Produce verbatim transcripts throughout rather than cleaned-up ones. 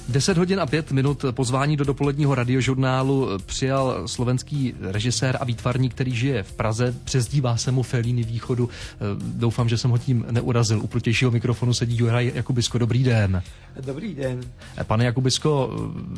deset hodin a pět minut pozvání do dopoledního radiožurnálu přijal slovenský režisér a výtvarník, který žije v Praze. Přezdívá se mu Fellini východu. Doufám, že jsem ho tím neurazil. U protějšího mikrofonu sedí Juraj Jakubisko. Dobrý den. Dobrý den. Pane Jakubisko,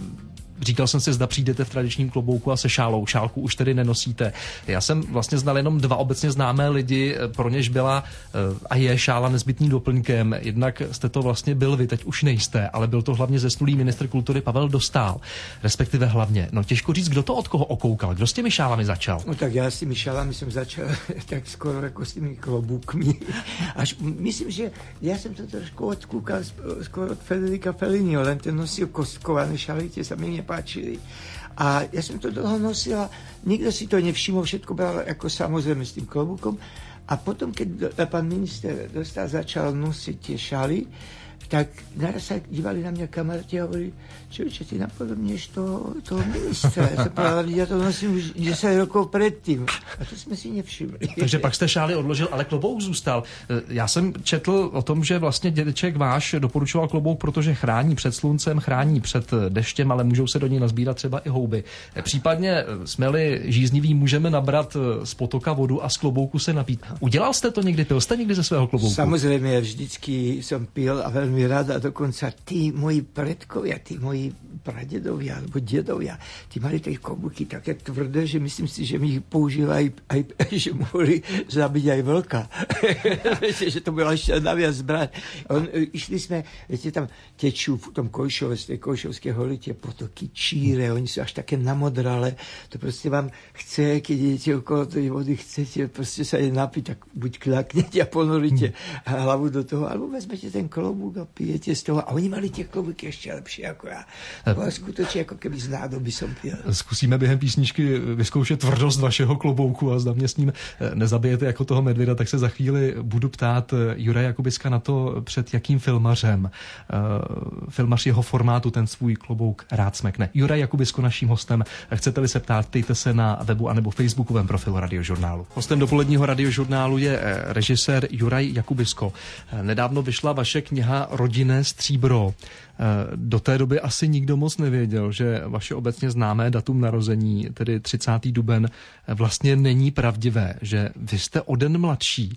říkal jsem si, zda přijdete v tradičním klobouku a se šálou. Šálku už tedy nenosíte. Já jsem vlastně znal jenom dva obecně známé lidi, pro něž byla a je šála nezbytným doplňkem. Jednak jste to vlastně byl vy, teď už nejste, ale byl to hlavně zesnulý ministr kultury Pavel Dostál. Respektive hlavně. No těžko říct, kdo to od koho okoukal. Kdo s těmi šálami začal? No tak já s těmi šálami jsem začal tak skoro jako s těmi kloboukmi. Až myslím, že já jsem to trošku odkúkal skoro od Federica Felliniho, len ten nosil kostkované šály, tie sa mi nepáčili. A ja som to dlho nosila, nikto si to nevšimol, všetko bolo ako samozrejme s tým klobúkom. A potom, keď pán minister Dostál začal nosiť tie šaly, tak naraz sa dívali na mňa kamaráti a hovorili, čo ty napodobňuješ toho, toho ministra. Ja som povedal, ja to nosím už desať rokov predtým. A to jsme si nevšimli. Takže pak jste šály odložil, ale klobouk zůstal. Já jsem četl o tom, že vlastně dědeček váš doporučoval klobouk, protože chrání před sluncem, chrání před deštěm, ale můžou se do něj nazbírat třeba i houby. Případně jsme-li žízniví, můžeme nabrat z potoka vodu a z klobouku se napít. Udělal jste to někdy? Pil jste někdy ze svého klobouku? Samozřejmě, vždycky jsem pil a velmi rád, a dokonca tí moji predkovia, tí moji pradedovia alebo dedovia, tí mali tie klobúky také tvrdé, že myslím si, že mi ich používali aj, aj že mohli zabiť aj vlka. Viete, že to bola ešte naviac zbraň. On, išli sme, viete, tam tečú v tom Kojšove, z tej Kojšovskej hory tie potoky číre, oni sú až také namodralé. To proste vám chce, keď idete okolo tej vody, chcete proste sa jej napiť, tak buď klaknete a ponoríte hlavu do toho, alebo vezmete ten klobúk a pijete z toho. A oni mali tie klobúky ešte lepšie ako ja. To skutečně jako keby z nádoby jsem pil. Zkusíme během písničky vyzkoušet tvrdost vašeho klobouku a zda mě s ním nezabijete jako toho medvěda, tak se za chvíli budu ptát Juraje Jakubiska na to, před jakým filmařem filmař jeho formátu ten svůj klobouk rád smekne. Juraj Jakubisko naším hostem. Chcete-li se ptát, ptejte se na webu anebo facebookovém profilu Radiožurnálu. Hostem dopoledního Radiožurnálu je režisér Juraj Jakubisko. Nedávno vyšla vaše kniha Rodinné stříbro. Do té doby asi nikdo moc nevěděl, že vaše obecně známé datum narození, tedy třicátý duben, vlastně není pravdivé, že vy jste o den mladší.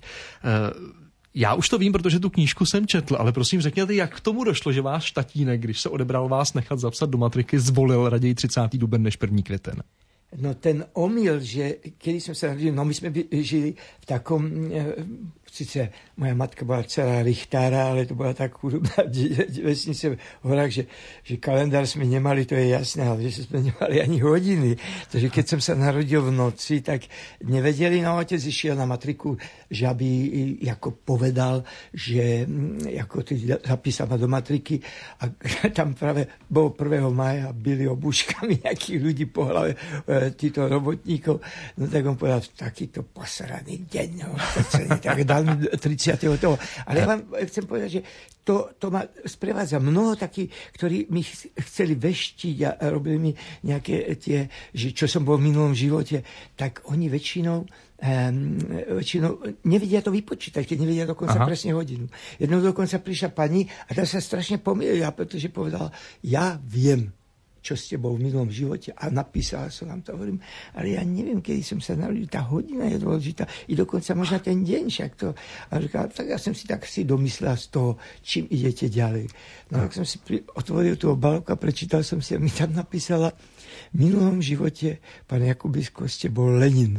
Já už to vím, protože tu knížku jsem četl, ale prosím řekněte, jak k tomu došlo, že váš tatínek, když se odebral vás nechat zapsat do matriky, zvolil raději třicátý duben než první květen? No ten omyl, že keď jsme se narodili, no my jsme žili v takom, sice moja matka byla dcera Richtára, ale to byla tak chudobná vesnice v horách, že, že kalendár jsme nemali, to je jasné, ale že jsme nemali ani hodiny. Takže keď jsem se narodil v noci, tak nevedeli, no otec išiel na matriku, že aby jako povedal, že jako teď zapísal ma do matriky a tam práve bolo prvého mája byli obuškami nejakých ľudí po hlave títo robotníkov, no tak on povedal, takýto posraný deň, no, tak dal mi tridsiateho toho. Ale ja vám chcem povedať, že to, to ma sprevádza mnoho takých, ktorí mi chceli veštiť a robili mi nejaké tie, že čo som bol v minulom živote, tak oni väčšinou Um, väčšinou nevedia to vypočítať, keď nevedia dokonca Aha. presne hodinu. Jednou dokonca prišla pani a tá sa strašne pomýlila, pretože povedala, ja viem, čo ste bol v minulom živote a napísala som vám to, hovorím, ale ja neviem, kedy som sa narodil, tá hodina je dôležitá i dokonca možno ten deň, však to. A říkala, tak ja som si tak si domyslela z toho, čím idete ďalej. No tak som si pri, otvoril tú obálku a prečítal som si a mi tam napísala, v minulom živote, pane Jakubisko, ste bol Lenin.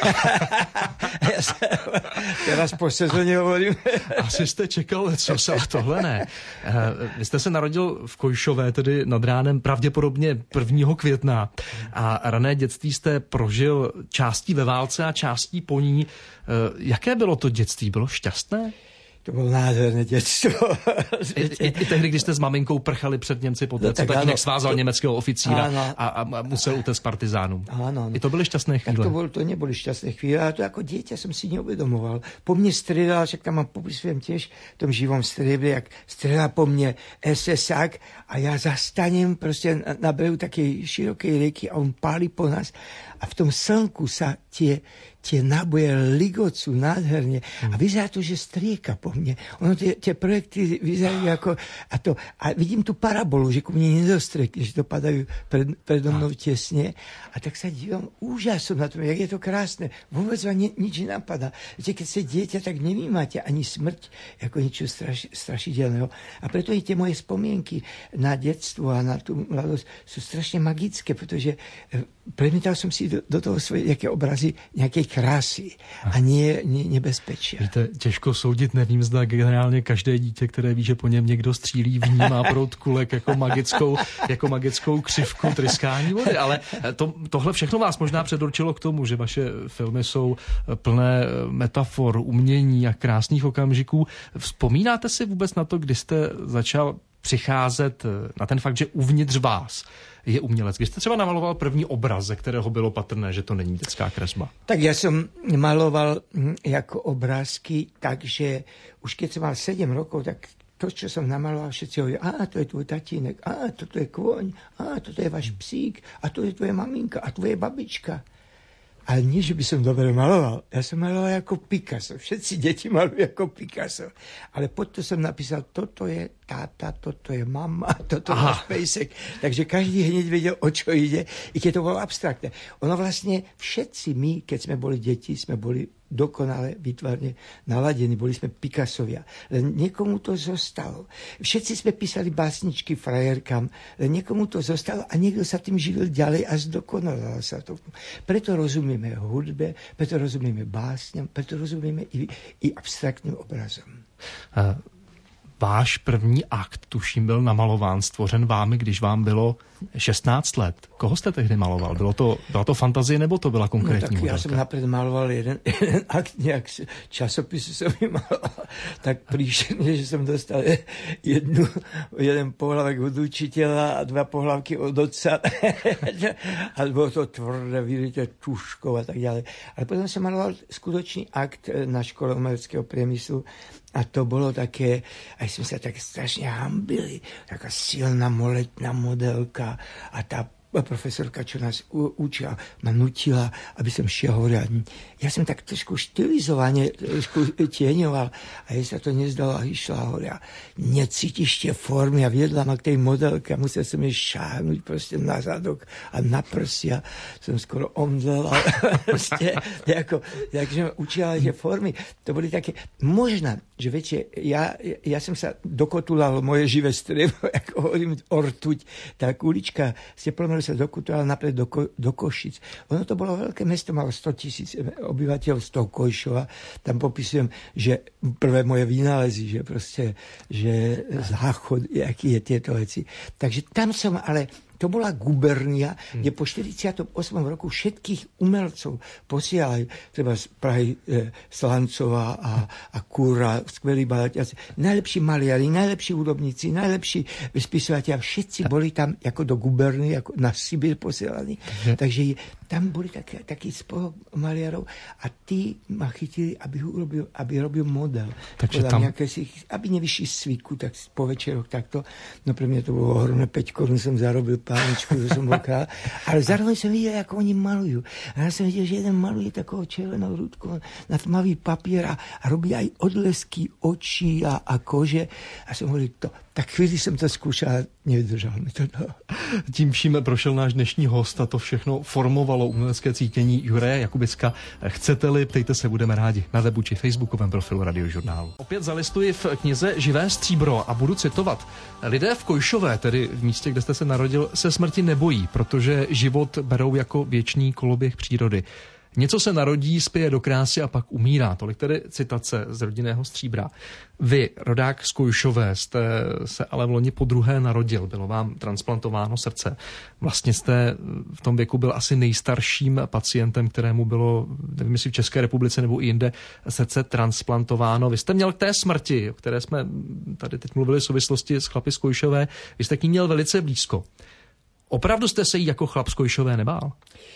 Ja sa teraz po sezóně hovorím. Asi jste čekal, co se, ale tohle ne. Vy jste se narodil v Kojšové, tedy nad ránem pravděpodobně prvního května a rané dětství jste prožil částí ve válce a částí po ní. Jaké bylo to dětství? Bylo šťastné? To bylo nádherné dětstvo. I, i, I tehdy, když jste s maminkou prchali před Němci poté, no, co tatínek svázal to, německého oficíra a, a musel utéct partizánům. Ano, I to byly šťastné chvíle. Tak to, bol, to nebyly šťastné chvíle, ale to jako dieťa jsem si neuvědomoval. Po mně střílel, však tam mám popisujem těž v tom živom stříbře, jak střílel po mně esesák a já zastanem prostě na, na brehu také širokej rieky a on pálí po nás a v tom slnku sa tie tie náboje ligocú nádherne a vyzerá to, že strieka po mne. Ono tie, tie projekty vyzerajú ako... A, to, a vidím tú parabolu, že ku mne nedostriekne, že to padajú pred, predo mnou tesne. A tak sa dívam úžasom na tom, jak je to krásne. Vôbec vám ni, nič nenapadá. Viete, keď ste dieťa, tak nevnímate ani smrť ako niečo straš, strašidelného. A preto i tie moje spomienky na detstvo a na tú mladosť sú strašne magické, pretože premietal som si do, do toho svoje nejaké obrazy nejakej krásy a nie, nie nebezpečia. Víte, těžko soudit, nevím, zda generálně každé dítě, které ví, že po něm někdo střílí, vnímá proud kulek jako magickou, jako magickou křivku tryskání vody, ale to, tohle všechno vás možná předurčilo k tomu, že vaše filmy jsou plné metafor, umění a krásných okamžiků. Vzpomínáte si vůbec na to, kdy jste začal přicházet na ten fakt, že uvnitř vás je umělec? Když jste třeba namaloval první obraz, ze kterého bylo patrné, že to není dětská kresba? Tak ja som maloval jako obrázky, takže už keď som mal sedem rokov, tak to, čo som namaloval, všetci hovorili, a to je tvoj tatínek, a toto je kôň, a toto je váš psík, a to je tvoje maminka, a tvoje babička. Ale nie, že by som dobre maloval. Ja som maloval ako Picasso. Všetci deti malujú ako Picasso. Ale pod to som napísal, toto je táta, toto je mama, toto je náš pejsek. Takže každý hneď vedel, o čo ide, i keď to bolo abstraktné. Ono vlastne všetci my, keď sme boli deti, sme boli dokonale výtvarne naladení. Boli sme Picassovia. Len niekomu to zostalo. Všetci sme písali básničky frajerkám, len niekomu to zostalo a niekto sa tým živil ďalej a zdokonalal sa to. Preto rozumieme hudbe, preto rozumieme básňam, preto rozumieme i, i abstraktním obrazom. Uh. Váš první akt, tuším, byl namalován, stvořen vámi, když vám bylo šestnáct let. Koho jste tehdy maloval? Bylo to, byla to fantazie, nebo to byla konkrétní no, tak modelka? Já jsem napřed maloval jeden, jeden akt, nějak časopisu jsem mi maloval. Tak příšerně, že jsem dostal jednu, jeden pohlavek od učitela a dva pohlavky od otca. A bylo to tvrdé, vidíte, tuškou a tak dále. Ale potom jsem maloval skutečný akt na škole uměleckého priemyslu. A to bolo také, aj sme sa tak strašne hambili, taká silná moletná modelka a tá profesorka, čo nás učila, ma nutila, aby som šiel hore. Ja som tak trošku štilizovane, trošku tieňoval a jej sa to nezdalo a išla hore. Necítiš tie formy a viedla ma k tej modelke a musel som jej šáhnuť proste na zadok a na prsia. Som skoro omdlel. Proste, nejako, takže ma učila tie formy. To boli také, možná, že viete, ja, ja som sa dokotulal moje živé strevo, ako hovorím, ortuť, tá kulička z Teplomelu sa dokutoval napred do, Ko, do Košic. Ono to bolo veľké mesto, malo sto tisíc obyvateľov z toho Košova. Tam popisujem, že prvé moje vynálezy, že proste, že záchod, aký je tieto veci. Takže tam som, ale to bola gubernia, kde po štyridsiatom ôsmom roku všetkých umelcov posielali, treba z Prahy e, Slancová a, a Kúra, skvelí balatiaci, najlepší maliari, najlepší hudobníci, najlepší spisovatelia, všetci boli tam ako do gubernie, ako na Sibír posielaní. Mhm. Takže tam boli také, taký spolok maliarov a tí ma chytili, aby urobil, aby robil model. Takže tam... Nejaké si, aby nevyšli z cviku, tak po večeroch takto. No pre mňa to bolo ohromné, päť korún som zarobil páničku, že som bol král. Ale zároveň som videl, ako oni malujú. A ja som videl, že jeden maluje takovou červenou rúdkou na tmavý papier a, a robí aj odlesky očí a, a kože. A som hovoril, to, tak chvíli jsem to zkoušel a nevydržel mi to. Tím vším prošel náš dnešní host a to všechno formovalo umělecké cítění Juraje Jakubiska. Chcete-li, ptejte se, budeme rádi na webu či facebookovém profilu Radiožurnálu. Opět zalistuji v knize Živé stříbro a budu citovat. Lidé v Kojšové, tedy v místě, kde jste se narodil, se smrti nebojí, protože život berou jako věčný koloběh přírody. Něco se narodí, spěje do krásy a pak umírá. Tolik tedy citace z rodinného stříbra. Vy, rodák z Kojšové, jste se ale v loni po druhé narodil. Bylo vám transplantováno srdce. Vlastně jste v tom věku byl asi nejstarším pacientem, kterému bylo, nevím, jestli v České republice nebo i jinde, srdce transplantováno. Vy jste měl k té smrti, o které jsme tady teď mluvili v souvislosti s chlapi z Kojšové, vy jste k ní měl velice blízko. Opravdu jste se jí jako chlap z Kojšové nebál?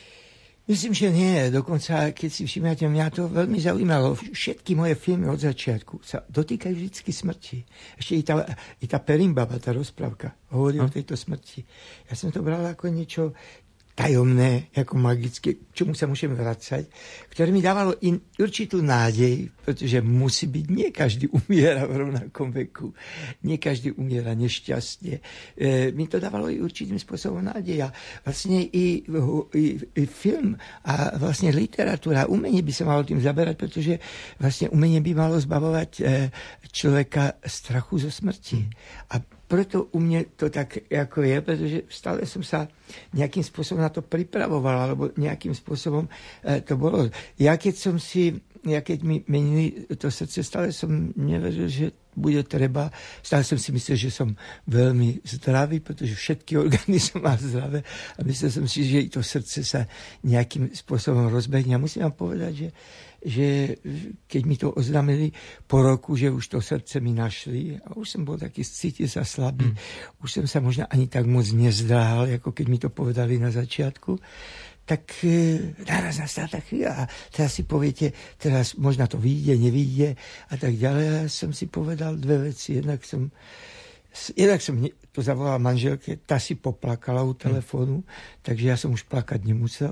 Myslím, že nie. Dokonca, keď si všimnete, mňa to veľmi zaujímalo. Všetky moje filmy od začiatku sa dotýkajú vždycky smrti. Ešte i tá, i tá Perimbaba, tá rozprávka, hovorí hm? o tejto smrti. Ja som to bral ako niečo tajomné, jako magické, k čemu se můžeme vracet, které mi dávalo i určitou nádej, protože musí být, nie každý umírá v rovnakom veku, nie každý umírá nešťastně. E, mi to dávalo i určitým způsobem nádej. A vlastně i, i, i film a vlastně literatura, umění by se malo tím zaberať, protože vlastně umění by malo zbavovat e, člověka strachu zo smrti. A proto u mě to tak jako je, protože stále jsem se nějakým způsobem na to připravoval, alebo nějakým způsobem e, to bylo. Já keď jsem si, já keď mi menili to srdce, stále jsem nevěřil, že bude treba. Stále jsem si myslel, že jsem velmi zdravý, protože všetky orgány jsou má zdravé a myslel jsem si, že i to srdce se nějakým způsobem rozbehne. A musím vám povedať, že že keď mi to oznámili po roku, že už to srdce mi našli a už jsem byl taky cítil sa slabý, hmm. už jsem se možná ani tak moc nezdráhal, jako keď mi to povedali na začátku, tak naraz nastala ta chvíľa a teraz si poviete, teraz možná to vyjde, nevyjde a tak ďalej. A ja som si povedal dve veci. Jednak som, jednak som to zavolal manželke, ta si poplakala u telefonu, hmm. takže ja som už plakať nemusel.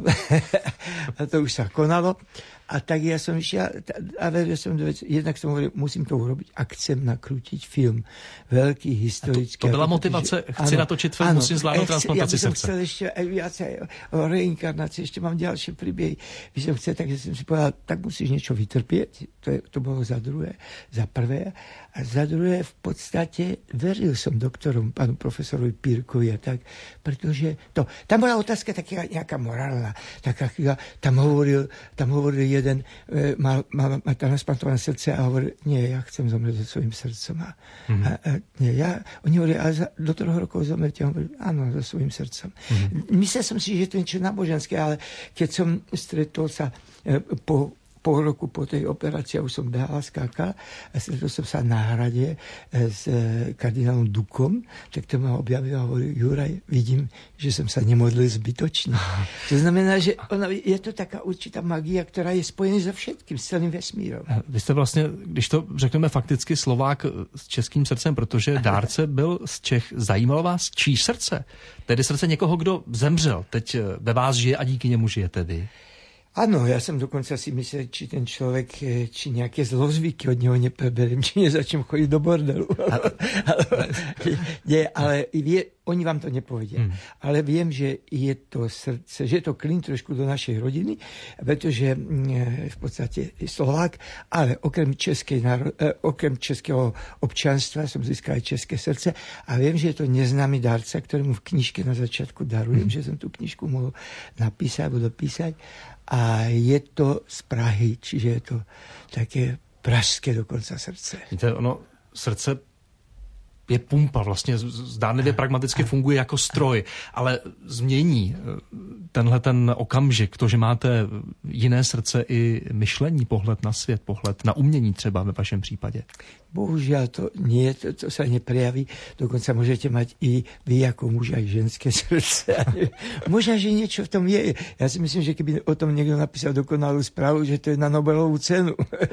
A to už sa konalo. A tak ja som išiel a veril som do veci. Jednak som hovoril, musím to urobiť, ak chcem nakrútiť film veľký, historický. A to, to byla motivace, chci ano, natočit film, ano, musím zvládnout transplantaci srdce. Ja by som chcel ešte aj viacej o reinkarnácii, ešte mám ďalšie príbehy. By som chcel, takže som si povedal, tak musíš niečo vytrpieť. To, je, to bolo za druhé, za prvé. A za druhé, v podstate veril som doktorom, pánu profesorovi Pírkovi a tak, pretože to, tam bola otázka taká nejaká morálna, taká, tam hovoril, tam hovoril jeden, e, má, má, má transplantované srdce a hovorí, nie, ja chcem zomrieť so svojím srdcom. A, mm-hmm. a, a nie, ja, oni hovorí, a za, do troch rokov zomrieť, a hovorí, áno, so svojím srdcom. Mm-hmm. Myslel som si, že to je niečo náboženské, ale keď som stretol sa e, po pol roku po tej operácii, už som behal, skákal a stretol som sa na hrade s kardinálom Dukom, tak to ma objavil a hovorí, Juraj, vidím, že som sa nemodlil zbytočne. To znamená, že ona, je to taká určitá magia, která je spojená so všetkým, s celým vesmírom. Vy jste vlastně, když to řekneme fakticky, Slovák s českým srdcem, protože dárce byl z Čech. Zajímalo vás, čí srdce? Tedy srdce někoho, kdo zemřel. Teď ve vás žije a díky němu žijete vy. Ano, já jsem dokonce si myslel, či ten člověk, či nějaké zlozvyky od něho nepreberím, či nezačím chodit do bordelu. ale, ale, nie, ale vie, oni vám to nepovedia. Hmm. Ale vím, že je to srdce, že je to klin trošku do našej rodiny, protože v podstatě Slovák, ale okrem, českej, okrem českého občanstva jsem získal české srdce a vím, že je to neznámý dárca, kterému v knižke na začátku darujem, hmm. že jsem tu knižku mohl napísat nebo dopísať. A je to z Prahy, čiže je to také pražské dokonce srdce. Víte, ono, srdce je pumpa, vlastně zdánlivě pragmaticky funguje jako stroj, ale změní tenhle ten okamžik, to, že máte jiné srdce i myšlení, pohled na svět, pohled na umění třeba ve vašem případě. Bohužel to nie, to, to sa neprejaví. Dokonca môžete mať i vy ako muž aj ženské srdce. Možná, že niečo v tom je. Ja si myslím, že keby o tom niekto napísal dokonalú správu, že to je na Nobelovú cenu.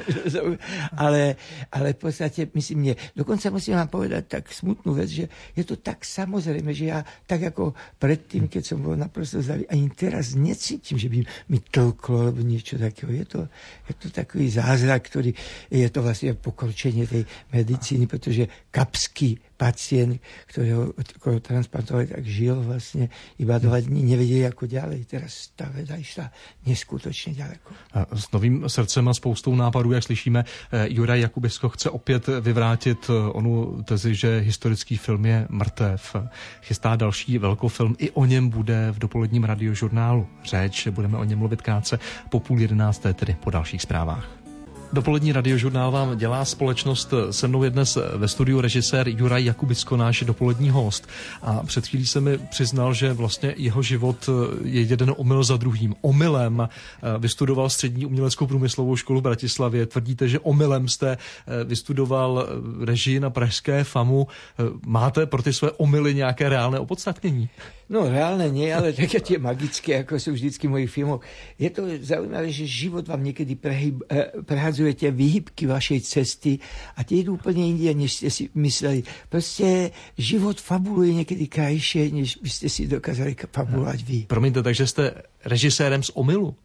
ale, ale v podstate, myslím, nie. Dokonca musím vám povedať tak smutnú vec, že je to tak samozrejme, že ja tak ako predtým, keď som bol naprosto zdravý, ani teraz necítim, že by mi tlklo alebo niečo takého. Je to, je to takový zázrak, ktorý je to vlastne pokročenie tej medicíny, protože kapský pacient, ktorého, ktorého transplantovali, tak žil vlastne iba dva dní, nevedeli ako ďalej. Teraz ta veda išla neskutočně daleko. S novým srdcem a spoustou nápadů, jak slyšíme, Juraj Jakubisko chce opět vyvrátit onu tezi, že historický film je mrtev. Chystá další velkofilm, i o něm bude v dopoledním radiožurnálu řeč. Budeme o něm mluvit krátce po půl jedenácté, tedy po dalších zprávách. Dopolední radiožurnál vám dělá společnost. Se mnou je dnes ve studiu režisér Juraj Jakubisko, náš dopolední host. A před chvílí se mi přiznal, že vlastně jeho život je jeden omyl za druhým. Omylem vystudoval střední uměleckou průmyslovou školu v Bratislavě. Tvrdíte, že omylem jste vystudoval režii na pražské FAMu. Máte pro ty své omyly nějaké reálné opodstatnění? No reálne nie, ale také tie magické, ako sú vždycky v mojich filmoch. Je to zaujímavé, že život vám niekedy prehyb, prehadzuje tie výhybky vašej cesty a tie idú úplne inde, než ste si mysleli. Proste život fabuluje niekedy krajšie, než by ste si dokázali fabulovať vy. Promiňte, takže ste režisérem z omylu?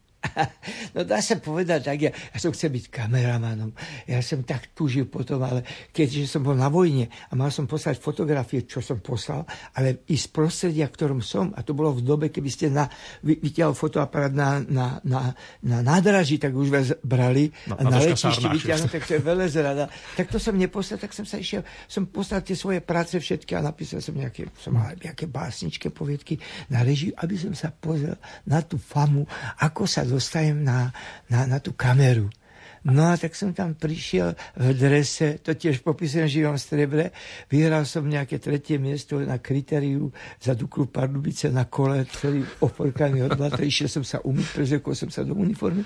No dá sa povedať tak, ja, ja som chcel byť kameramanom, ja som tak túžil potom, ale keďže som bol na vojne a mal som poslať fotografie, čo som poslal, ale i z prostredia, v ktorom som, a to bolo v dobe, keby ste na, vy, vytiahol fotoaparát na, na, na, na nádraží, tak už vás brali, no, a na letišti vytiahnuť, tak to je veľa zrada. Tak to som neposlal, tak som sa išiel, som poslal tie svoje práce všetky a napísal som nejaké, som mal nejaké básničké poviedky na režiu, aby som sa pozrel na tú famu, ako sa dostajem na, na, na tú kameru. No a tak som tam prišiel v drese, to tiež popisujem v živom strebre, vyhral som nejaké tretie miesto na kritériu za Duklu Pardubice na kole, celý oporkaný od blata, išiel som sa umyť, prezekol som sa do uniformy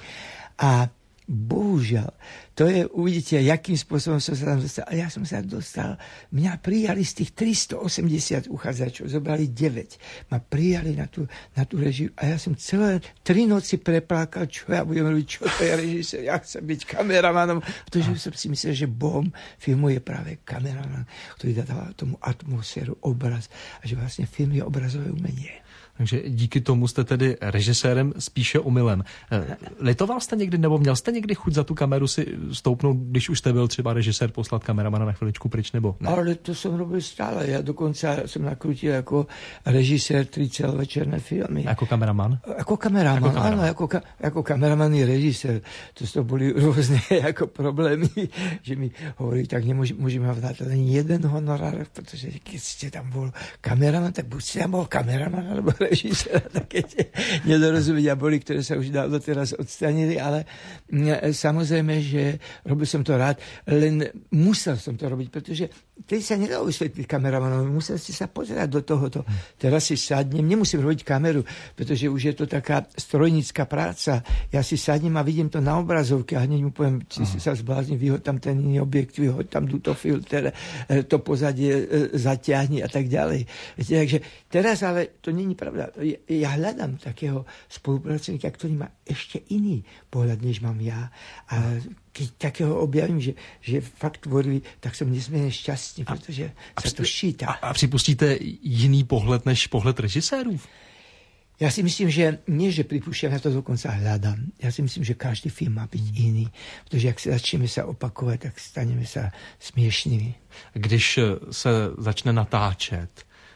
a bohužiaľ, to je, uvidíte, jakým spôsobom som sa tam dostal. A ja som sa dostal, mňa prijali z tých tristoosemdesiat uchádzačov, zobrali deväť. Ma prijali na tú, na tú režiu a ja som celé tri noci preplákal, čo ja budem robiť, čo to je režisér, ja chcem byť kameramanom. Pretože som si myslel, že Bohom filmu je práve kameraman, ktorý dáva tomu atmosféru, obraz a že vlastne film je obrazové umenie. Takže díky tomu jste tedy režisérem spíše omylem. Litoval jste někdy, nebo měl jste někdy chuť za tu kameru si stoupnout, když už jste byl třeba režisér, poslat kameramana na chviličku pryč, nebo ne? Ale to som robil stále. Ja dokonca som nakrutil ako režisér tri celovečerné filmy. Ako kameraman? Ako kameraman, ako kameraman. Áno, ako, ka, ako kameraman je režisér. To to boli rôzne ako problémy, že mi hovorí, tak nemôžem mať dať len jeden honorár, pretože keď ste tam bol kameraman, tak buď ste tam bol kameraman, alebo režiséra, také tie nedorozumenia boli, ktoré sa už dávno teraz odstranili, ale samozrejme, že robil som to rád, len musel som to robiť, pretože teď sa nedalo vysvetliť kameramanom, musel ste sa pozerať do tohoto. Teraz si sadnem, nemusím robiť kameru, pretože už je to taká strojnícka práca. Ja si sadnem a vidím to na obrazovke a hneď mu poviem, či si sa zblázni, vyhoď tam ten iný objekt, vyhoď tam túto filter, to pozadie zatiahni a tak ďalej. Takže teraz ale to není pravda. Ja hľadám takého spolupracovníka, ktorý má ešte iný pohľad, než mám ja. A keď takého objavím, že, že fakt tvorili, tak som nesmierne šťastný, pretože a, sa to ščíta. A, a připustíte jiný pohled než pohled režisérů? Ja si myslím, že nie, že pripúšťam, ja to dokonca hľadám. Ja si myslím, že každý film má byť iný, pretože ak sa začneme sa opakovať, tak staneme sa smiešnými. Když se začne natáčet,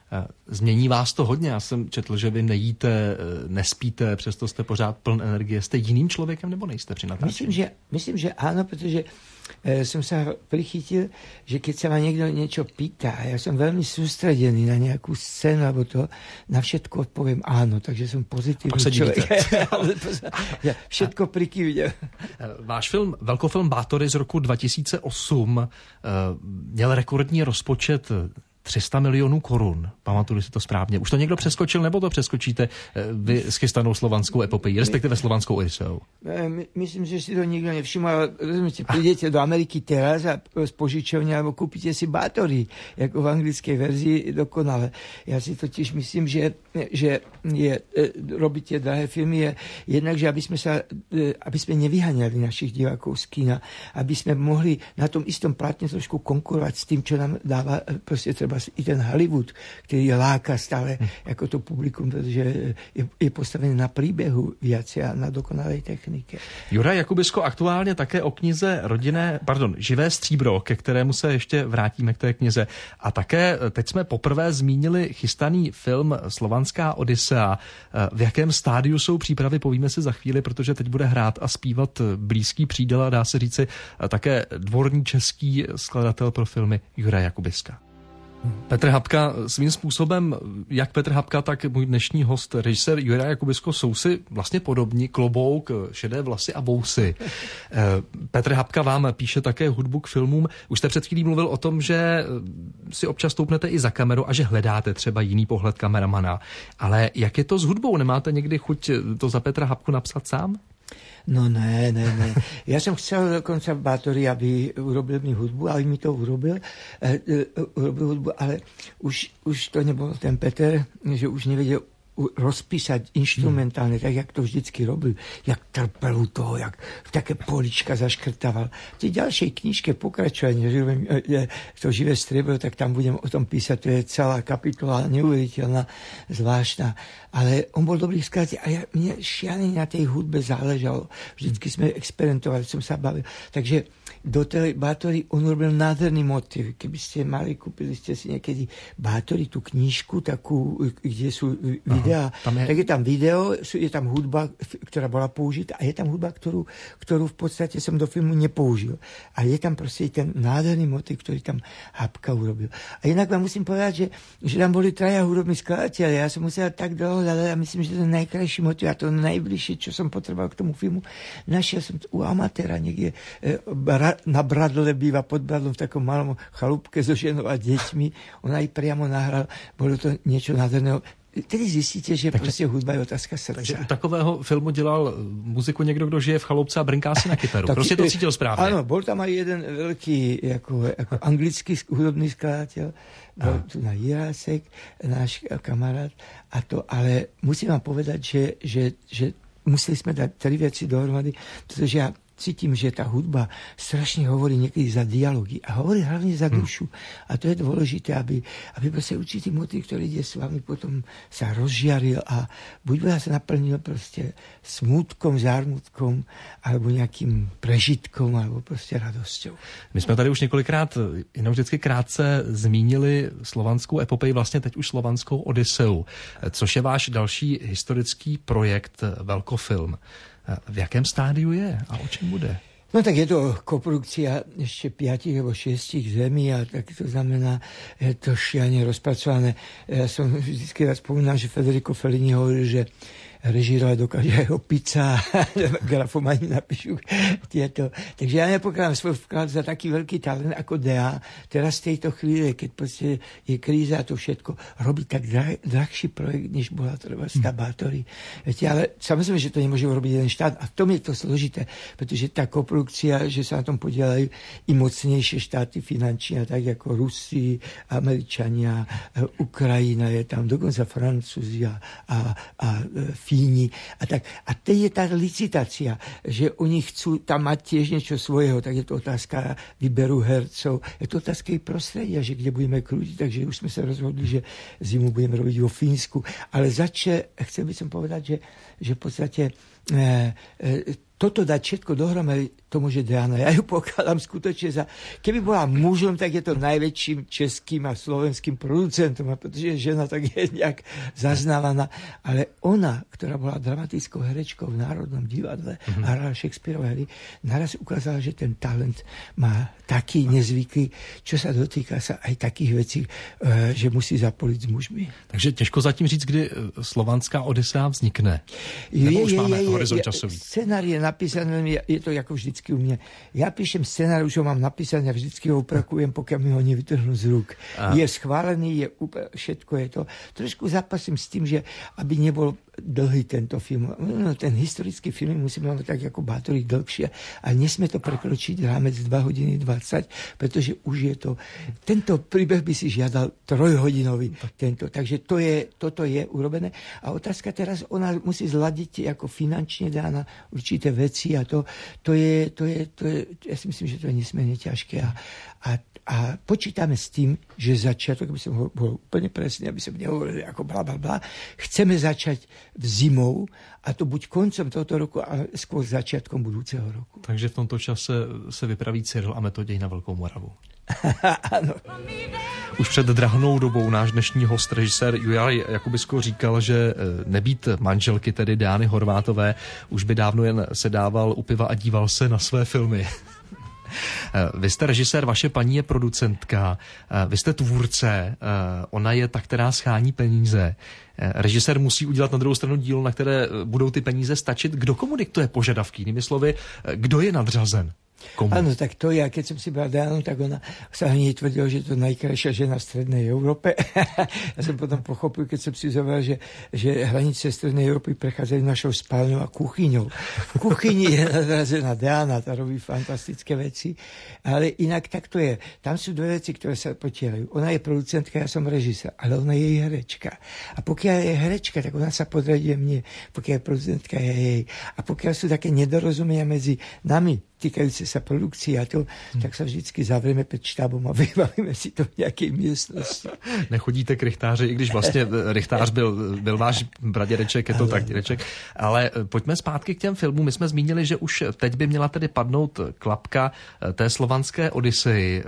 změní vás to hodně. Já jsem četl, že vy nejíte, nespíte, přesto jste pořád pln energie. Jste jiným člověkem, nebo nejste při natáčení? Myslím, že, myslím, že áno, pretože e, som sa prichytil, že keď sa ma niekto niečo pýta, ja som veľmi sústredený na nejakú scénu, alebo to, na všetko odpoviem áno, takže som pozitívny človek. Ja všetko prikývnem. Váš film, velkofilm Bátory z roku dva tisíce osm měl rekordní rozpočet tři sta milionů korun. Pamatuju si to správně. Už to někdo přeskočil, nebo to přeskočíte vy s chystanou slovanskou epopejí, respektive slovanskou Odiseou? My, myslím, že si to nikdo nevšiml, ale rozumíte, prídete do Ameriky teraz a z požičovne alebo kúpite si Bátory, ako v anglickej verzii dokonale. Ja si totiž myslím, že, že je, robiť tie drahé filmy je jednak, že aby sme, sa, aby sme nevyháňali našich divákov z kina, aby sme mohli na tom istom plátne trošku konkurovať s tým, čo nám dáva proste treba i ten Hollywood, ktorý láka stále ako to publikum, pretože je, je postavený na príbehu viacej a na dokonalej technike. Juraj Jakubisko, aktuálně také o knize rodinné, pardon, Živé stříbro, ke kterému se ještě vrátíme k té knize. A také teď jsme poprvé zmínili chystaný film Slovanská Odisea. V jakém stádiu jsou přípravy, povíme si za chvíli, protože teď bude hrát a zpívat blízký přítel a dá se říci také dvorní český skladatel pro filmy Juraje Jakubiska. Petr Hapka svým způsobem, jak Petr Hapka, tak můj dnešní host, režisér Juraj Jakubisko, jsou si vlastně podobní, klobouk, šedé vlasy a vousy. Petr Hapka vám píše také hudbu k filmům. Už jste před chvílí mluvil o tom, že si občas stoupnete i za kameru a že hledáte třeba jiný pohled kameramana. Ale jak je to s hudbou? Nemáte někdy chuť to za Petra Hapku napsat sám? No ne, ne, ne. Ja som chcel dokonca v Bátori, aby urobil mi hudbu, aby mi to urobil, uh, uh, urobil hudbu, ale už, už to nebol ten Peter, že už nevedel rozpísať inštrumentálne, tak jak to vždycky robil, jak trpel u toho, jak také polička zaškrtával. V tej ďalšej knižke pokračovanie, že to živé striebro, tak tam budem o tom písať, to je celá kapitola neuveriteľná, zvláštna. Ale on bol dobrý skladateľ a ja, mne šialene na tej hudbe záležalo. Vždycky sme experimentovali, som sa bavil. Takže do tej Bátory on urobil nádherný motiv. Keby ste mali, kúpili ste si niekedy Bátory, tú knižku, takú, kde sú videá, je... tak je tam video, je tam hudba, ktorá bola použitá a je tam hudba, ktorú, ktorú v podstate som do filmu nepoužil. A je tam proste ten nádherný motiv, ktorý tam Habka urobil. A inak vám musím povedať, že, že tam boli traja hudobní skladatelia. Ja som musel tak dlho hľadať a myslím, že ten najkrajší motiv a to najbližšie, čo som potreboval k tomu filmu, našiel som u amatéra niekde e, na Bradle býva pod Bradlom v takom malom chalúbke so ženou a deťmi. On aj priamo nahral. Bolo to niečo nádherného. Tedy zjistíte, že takže, prostě hudba je otázka srdce. Takže u takového filmu dělal muziku někdo, kdo žije v chaloupce a brnká si na kytaru. Prostě to cítil správně. Ano, bol tam aj jeden velký jako, jako anglický hudobný skladateľ. Bol tu na Jirásek, náš kamarád. A to, ale musím vám povedať, že, že, že museli sme dať tri veci dohromady, pretože ja cítim, že tá hudba strašne hovorí niekedy za dialógy a hovorí hlavne za dušu. Hmm. A to je dôležité, aby, aby proste určitý motiv, ktorý ide s vami, potom sa rozžiaril a buď vás naplnil proste smútkom, zármutkom, alebo nejakým prežitkom, alebo proste radosťou. My jsme tady už několikrát, jenom vždycky krátce zmínili slovanskou epopej, vlastně teď už slovanskou Odyseu, což je váš další historický projekt, velkofilm. V jakém stádiu je a o čem bude? No tak je to koprodukcia ešte piatich alebo šiestich zemí a tak to znamená, je to šialene rozpracované. Ja som vždycky raz spomínal, že Federico Fellini hovoril, že režírovať dokáže aj opica, grafomani napíšu tieto. Takže ja nepokladám svoj vklad za taký veľký talent ako D A. Teraz v tejto chvíli, keď proste je kríza a to všetko, robí tak drah, drahší projekt, než bola treba z Bátory. Viete, ale samozrejme, že to nemôže robiť jeden štát a v tom je to zložité, pretože tá koprodukcia, že sa na tom podielajú i mocnejšie štáty finančne, tak ako Rusi, Američania, Ukrajina je tam, dokonca Francúzi a, a, a Fíni a tak. A to je tá licitácia, že oni chcú tam mať tiež niečo svojho, tak je to otázka výberu hercov, je to otázka i prostredia, že kde budeme krútiť, takže už sme sa rozhodli, že zimu budeme robiť vo Fínsku. Ale začne, chcel by som povedať, že, že v podstate e, e, toto dať všetko dohromady, to môže Diana. Ja ju pokladám skutočne za... Keby bola mužom, tak je to najväčším českým a slovenským producentom, a pretože je žena, tak je nejak zaznávaná. Ale ona, ktorá bola dramatickou herečkou v Národnom divadle mm-hmm. a hrala Shakespearove hry, naraz ukázala, že ten talent má taký nezvyklý, čo sa dotýka sa aj takých vecí, že musí zapoliť s mužmi. Takže těžko zatím říct, kdy slovanská Odysea vznikne. Nebo už je, máme je, horizont je, časový. Scénar je napísaný, je to ako vždycky u mňa. Ja píšem scenár, už ho mám napísaný a vždycky ho uprakujem, pokiaľ mi ho nevytrhnú z rúk. A. Je schválený, je úplne, všetko je to. Trošku zápasím s tým, že aby nebol dlhý tento film. No, ten historický film musíme mať tak ako Bátory dlhšie, ale nesmie to prekročiť rámec dva hodiny dvadsať, pretože už je to... Tento príbeh by si žiadal trojhodinový. Tento. Takže to je, toto je urobené. A otázka teraz, ona musí zladiť ako finančne dána určité veci a to, to, je, to, je, to je... Ja si myslím, že to je nesmierne ťažké. A, a, a počítame s tým, že začiatok, aby som bol úplne presný, aby som nehovoril ako bla, bla, bla, chceme začať v zimou a to buď koncom tohoto roku, ale skôr začiatkom budúceho roku. Takže v tomto čase se vypraví Cyril a Metoděj na Velkou Moravu. Ano. Už před drahnou dobou náš dnešní host, režisér Juraj Jakubisko, říkal, že nebýt manželky, tedy Diany Horvátové, už by dávno jen sedával u piva a díval se na své filmy. Vy jste režisér, vaše paní je producentka, vy jste tvůrce, ona je ta, která schání peníze. Režisér musí udělat na druhou stranu dílo, na které budou ty peníze stačit. Kdo komu diktuje požadavky? Jinými slovy, kdo je nadřazen? Komu? Áno, tak to ja, keď som si bral Dianu, tak ona sa hneď tvrdila, že to je najkrajšia žena v strednej Európe. Ja som potom pochopil, keď som si zobral, že, že hranice strednej Európy prechádzajú našou spálňou a kuchyňou. V kuchyni je nadrazená Diana, tá robí fantastické veci, ale inak tak to je. Tam sú dve veci, ktoré sa potierajú. Ona je producentka, ja som režisér, ale ona je herečka. A pokiaľ je herečka, tak ona sa podraduje mne. Pokiaľ je producentka, je jej. A pokiaľ sú také nedorozumenia medzi nami, týkajúce sa produkcie a to, hmm. tak sa vždycky zavřeme před štábom a vybavíme si to v nějaké místnosti. Nechodíte k rychtáři, i když vlastně rychtář byl, byl váš braděreček, je to traktěreček. Ale pojďme zpátky k těm filmům. My jsme zmínili, že už teď by měla tedy padnout klapka té slovanské Odyssey.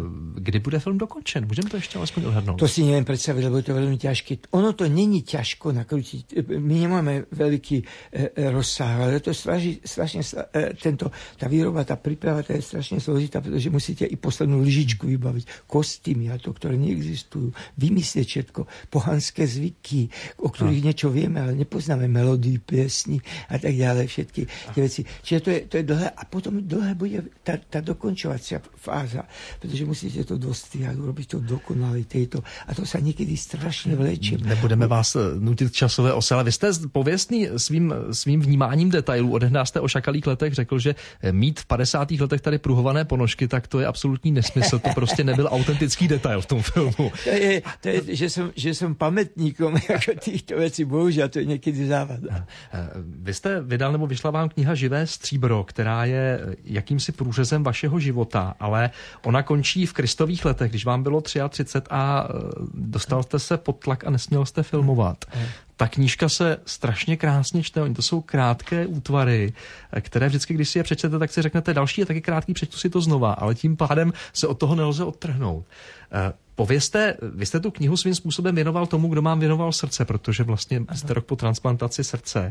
Kdy bude film dokončen? Můžeme to ještě alespoň odhadnout? To si nevím představit, lebo je to velmi těžké. Ono to není těžko nakrutit. My nemáme veliký rozsah, ale to strašně, strašně tento, ta výroba, tá príprava, tá je strašne složitá, pretože musíte i poslednú lyžičku vybaviť, kostýmy a to, ktoré neexistujú, vymyslieť všetko, pohanské zvyky, o ktorých no. niečo vieme, ale nepoznáme melódii, piesni a tak ďalej, všetky tie veci. Čiže to je, to je dlhé a potom dlhé bude tá, tá dokončovacia fáza, pretože musíte to dostriať, urobiť to dokonale tejto a to sa niekedy strašne vlečí. Nebudeme vás nutit časové ose, ale vy jste pověstný svým, svým vnímáním detailů. Odehná jste o šakalých letech řekl, že mít v padesátých letech tady pruhované ponožky, tak to je absolutní nesmysl. To prostě nebyl autentický detail v tom filmu. To je, to je že, som, že som pamätníkom jako týchto věcí, bohužel, to je někdy závada. Vy jste vydal, nebo vyšla vám kniha Živé stříbro, která je jakýmsi průřezem vašeho života, ale ona končí v Kristových letech, když vám bylo třicet tři a dostal jste se pod tlak a nesměl jste filmovat. Ta knížka se strašně krásně čte, oni to jsou krátké útvary, které vždycky, když si je přečtete, tak si řeknete, další je taky krátký, přečtu si to znova, ale tím pádem se od toho nelze odtrhnout. Povězte, vy jste tu knihu svým způsobem věnoval tomu, kdo vám věnoval srdce, protože vlastně jste rok po transplantaci srdce.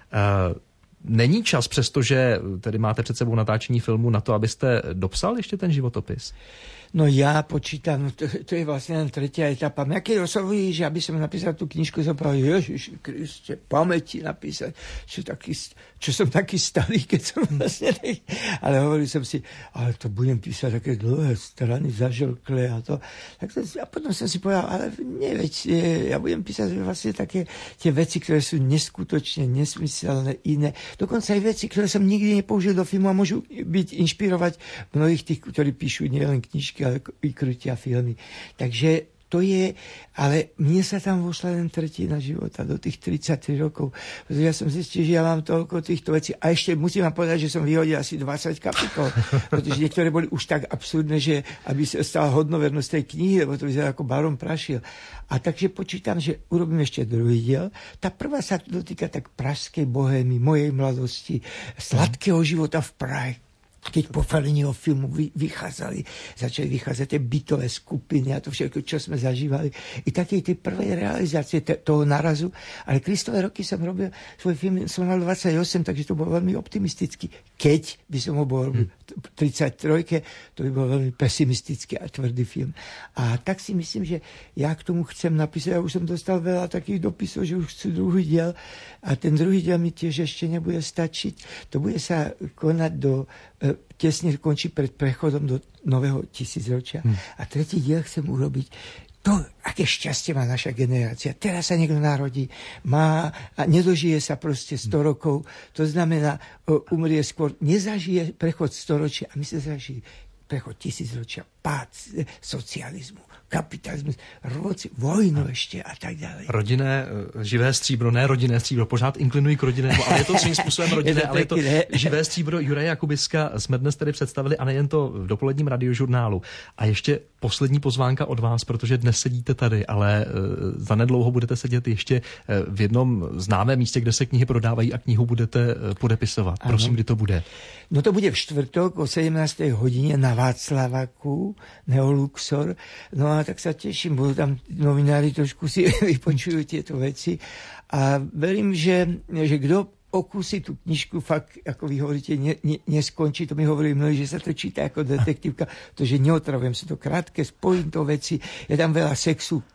Není čas, přestože tedy máte před sebou natáčení filmu, na to, abyste dopsal ještě ten životopis? No ja počítam, to, to je vlastne len tretia etapa. Mňa keď oslovují, že aby som napísal tú knižku, som povedal, Ježiši Kriste, pamäti napísať, čo, taký, čo som taký starý, keď som vlastne taký. Ale hovoril som si, ale to budem písať také dlhé strany, zažlklé a to. Tak to a potom som si povedal, ale neveď, ja budem písať vlastne také tie veci, ktoré sú neskutočne, nesmyselné, iné. Dokonca aj veci, ktoré som nikdy nepoužil do filmu a môžu byť, inšpirovať mnohých tých, ktorí píšu nielen knižky, ale i krytia filmy. Takže to je, ale mne sa tam vošla len tretina života do tých tridsaťtri rokov. Pretože ja som zistil, že ja mám toľko týchto vecí. A ešte musím vám povedať, že som vyhodil asi dvadsať kapitol. Pretože niektoré boli už tak absurdné, že aby sa stala hodnovernosť tej knihy, lebo to vyzerá ako baron prašiel. A takže počítam, že urobím ešte druhý diel. Tá prvá sa dotýka tak pražskej bohémy, mojej mladosti, sladkého života v Prahe. Keď po Felliniho filmu vychádzali, začali vychádzať tie bytové skupiny a to všetko, čo sme zažívali. I také tej prvej realizácie t- toho narazu. Ale Kristové roky som robil svoj film, som mal dvadsaťosem, takže to bol veľmi optimistický. Keď by som ho bol robil v tridsaťtrojke, to by bol veľmi pesimistický a tvrdý film. A tak si myslím, že ja k tomu chcem napísať. Ja už som dostal veľa takých dopisov, že už chcú druhý diel. A ten druhý diel mi tiež ešte nebude stačiť. To bude sa konať do tesne končí pred prechodom do nového tisícročia. Hmm. A tretí diel chcem urobiť to, aké šťastie má naša generácia. Teraz sa niekto narodí, má a nedožije sa proste sto rokov. To znamená, umrie skôr, nezažije prechod storočia a my sa zažije prechod tisícročia, pád socializmu, kapitalismus, roci, vojnu ještě a tak dále. Rodinné, živé stříbro, ne rodinné stříbro, pořád inklinují k rodinnému, ale je to svým způsobem rodinné, je ale je to živé stříbro Juraje Jakubiska jsme dnes tedy představili a nejen to v dopoledním radiožurnálu. A ještě poslední pozvánka od vás, protože dnes sedíte tady, ale zanedlouho budete sedět ještě v jednom známém místě, kde se knihy prodávají a knihu budete podepisovat. Ano. Prosím, kdy to bude? No to bude v čtvrtok o sedemnástej hodině na Václavaku, Neoluxor. No a tak sa teším, budú tam novinári trošku si vypočujú tieto veci a verím, že, že kto okusí tú knižku, fakt, ako vy hovoríte, ne, ne, neskončí. To mi hovorí mnohí, že sa to číta ako detektívka, to, že neotravujem sa to krátke, spojím to veci, je tam veľa sexu,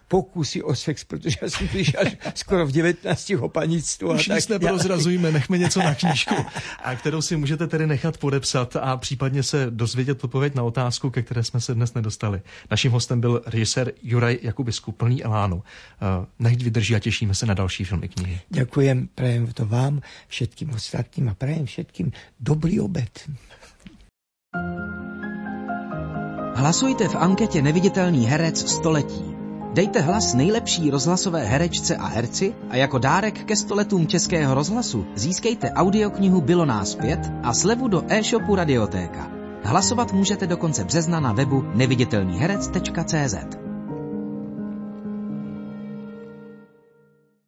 pokusy o sex, protože já jsem přišel skoro v devätnástich o panictvu. Už nic neprozrazujme, nechme něco na knížku, a kterou si můžete tedy nechat podepsat a případně se dozvědět odpověď na otázku, ke které jsme se dnes nedostali. Naším hostem byl režisér Juraj Jakubisku, plný elánu. Nechť vydrží a těšíme se na další filmy knihy. Ďakujem, prajem to vám, všetkým ostatným a prajem všetkým dobrý obed. Hlasujte v anketě Neviditelný herec století. Dejte hlas nejlepší rozhlasové herečce a herci a jako dárek ke sto letům Českého rozhlasu získejte audioknihu Bylo nás pět a slevu do e-shopu Radiotéka. Hlasovat můžete do konce března na webu neviditelný herec tečka cé zet.